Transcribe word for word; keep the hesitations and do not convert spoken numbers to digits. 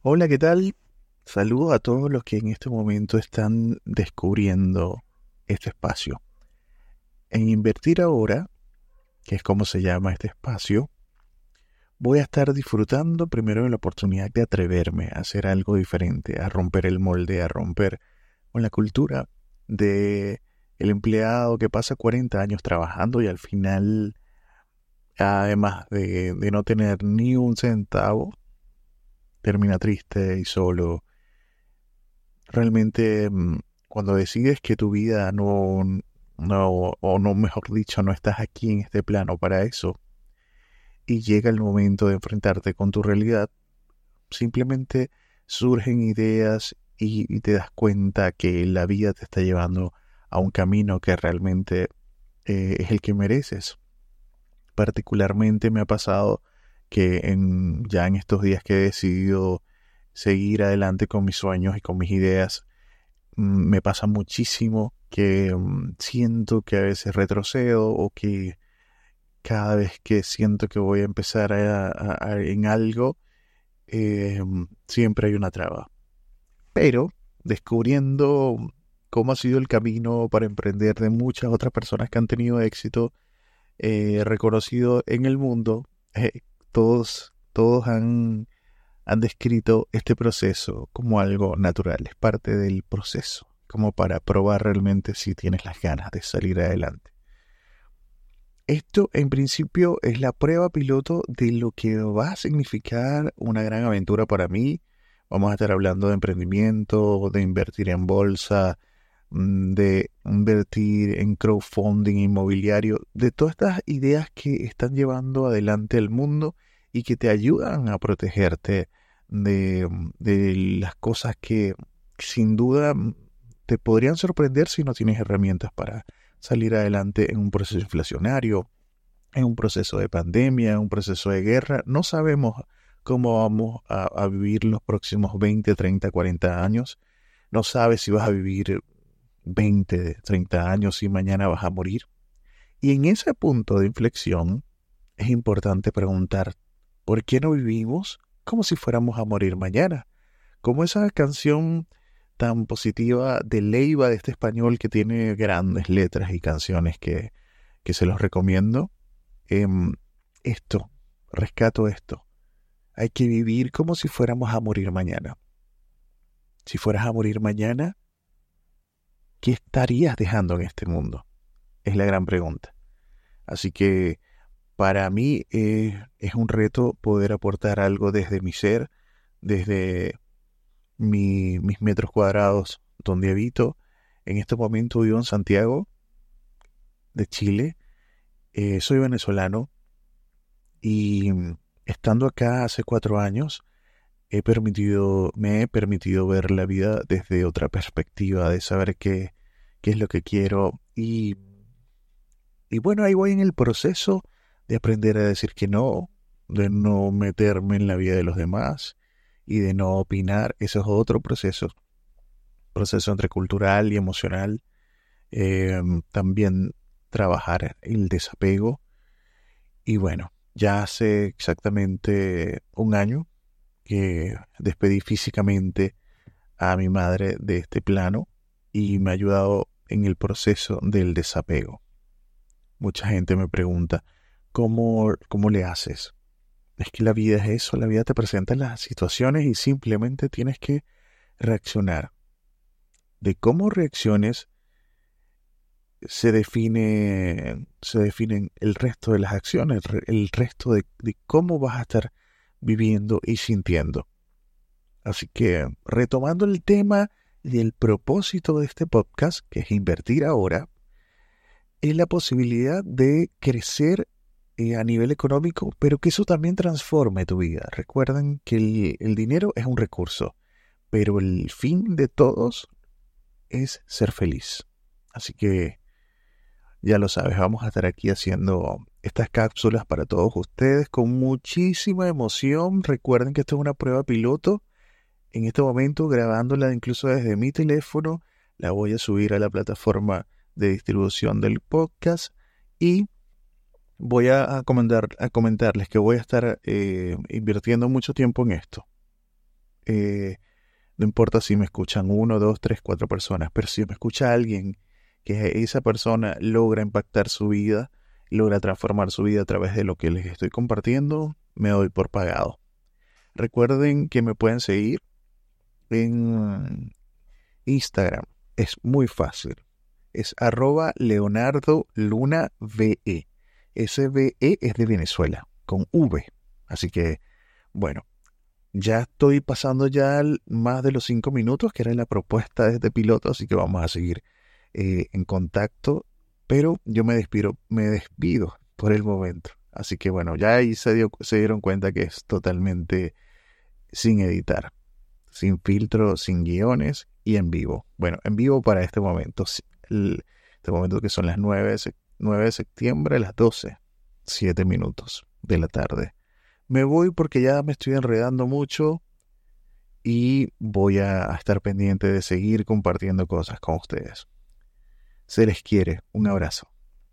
Hola, ¿qué tal? Saludos a todos los que en este momento están descubriendo este espacio. En Invertir Ahora, que es como se llama este espacio, voy a estar disfrutando primero de la oportunidad de atreverme a hacer algo diferente, a romper el molde, a romper con la cultura de el empleado que pasa cuarenta años trabajando y al final, además de, de no tener ni un centavo, termina triste y solo. Realmente, mm, cuando decides que tu vida no, no, o no, mejor dicho, no estás aquí en este plano para eso, y llega el momento de enfrentarte con tu realidad, simplemente surgen ideas y, y te das cuenta que la vida te está llevando a un camino que realmente eh, es el que mereces. Particularmente me ha pasado que en, ya en estos días que he decidido seguir adelante con mis sueños y con mis ideas, mm, me pasa muchísimo que mm, siento que a veces retrocedo o que cada vez que siento que voy a empezar a- a- a- en algo, eh, mm, siempre hay una traba. Pero descubriendo cómo ha sido el camino para emprender de muchas otras personas que han tenido éxito, eh, reconocido en el mundo, eh, todos, todos han, han descrito este proceso como algo natural, es parte del proceso, como para probar realmente si tienes las ganas de salir adelante. Esto en principio es la prueba piloto de lo que va a significar una gran aventura para mí. Vamos a estar hablando de emprendimiento, de invertir en bolsa, mm, de invertir en crowdfunding inmobiliario, de todas estas ideas que están llevando adelante el mundo y que te ayudan a protegerte de, de las cosas que sin duda mm, te podrían sorprender si no tienes herramientas para salir adelante en un proceso inflacionario, en un proceso de pandemia, en un proceso de guerra. No sabemos cómo vamos a, a vivir los próximos veinte, treinta, cuarenta años. No sabes si vas a vivir veinte, treinta años y mañana vas a morir. Y en ese punto de inflexión es importante preguntar, ¿por qué no vivimos como si fuéramos a morir mañana? Como esa canción tan positiva de Leiva, de este español que tiene grandes letras y canciones que, que se los recomiendo. Em, esto, rescato esto. Hay que vivir como si fuéramos a morir mañana. Si fueras a morir mañana, ¿qué estarías dejando en este mundo? Es la gran pregunta. Así que para mí eh, es un reto poder aportar algo desde mi ser, desde mi- mis metros cuadrados donde habito. En este momento vivo en Santiago de Chile. Eh, soy venezolano y mm, estando acá hace cuatro años, he permitido, me he permitido ver la vida desde otra perspectiva, de saber qué, qué es lo que quiero. Y, y bueno, ahí voy en el proceso de aprender a decir que no, de no meterme en la vida de los demás y de no opinar. Eso es otro proceso, proceso entre cultural y emocional. Eh, También trabajar el desapego. Y bueno, ya hace exactamente un año que despedí físicamente a mi madre de este plano y me ha ayudado en el proceso del desapego. Mucha gente me pregunta, ¿cómo, cómo le haces? Es que la vida es eso, la vida te presenta las situaciones y simplemente tienes que reaccionar. De cómo reacciones se define, se definen el resto de las acciones, el re- el resto de, de cómo vas a estar viviendo y sintiendo. Así que, retomando el tema y el propósito de este podcast, que es invertir ahora, es la posibilidad de crecer eh, a nivel económico, pero que eso también transforme tu vida. Recuerden que el, el dinero es un recurso, pero el fin de todos es ser feliz. Así que ya lo sabes, vamos a estar aquí haciendo estas cápsulas para todos ustedes con muchísima emoción. Recuerden que esto es una prueba piloto. En este momento, grabándola incluso desde mi teléfono, la voy a subir a la plataforma de distribución del podcast y voy a, a comentar, a comentarles que voy a estar eh, invirtiendo mucho tiempo en esto. Eh, no importa si me escuchan uno, dos, tres, cuatro personas, pero si me escucha alguien que esa persona logra impactar su vida, logra transformar su vida a través de lo que les estoy compartiendo, me doy por pagado. Recuerden que me pueden seguir en Instagram. Es muy fácil. Es arroba Leonardo Luna V E. Ese V E es de Venezuela, con V. Así que, bueno, ya estoy pasando ya más de los cinco minutos, que era la propuesta de este piloto, así que vamos a seguir eh, en contacto. Pero yo me despido, me despido por el momento. Así que bueno, ya ahí se, dio, se dieron cuenta que es totalmente sin editar, sin filtro, sin guiones y en vivo. Bueno, en vivo para este momento, el, este momento que son las nueve de septiembre, las doce, siete minutos de la tarde. Me voy porque ya me estoy enredando mucho y voy a estar pendiente de seguir compartiendo cosas con ustedes. Se les quiere. Un abrazo.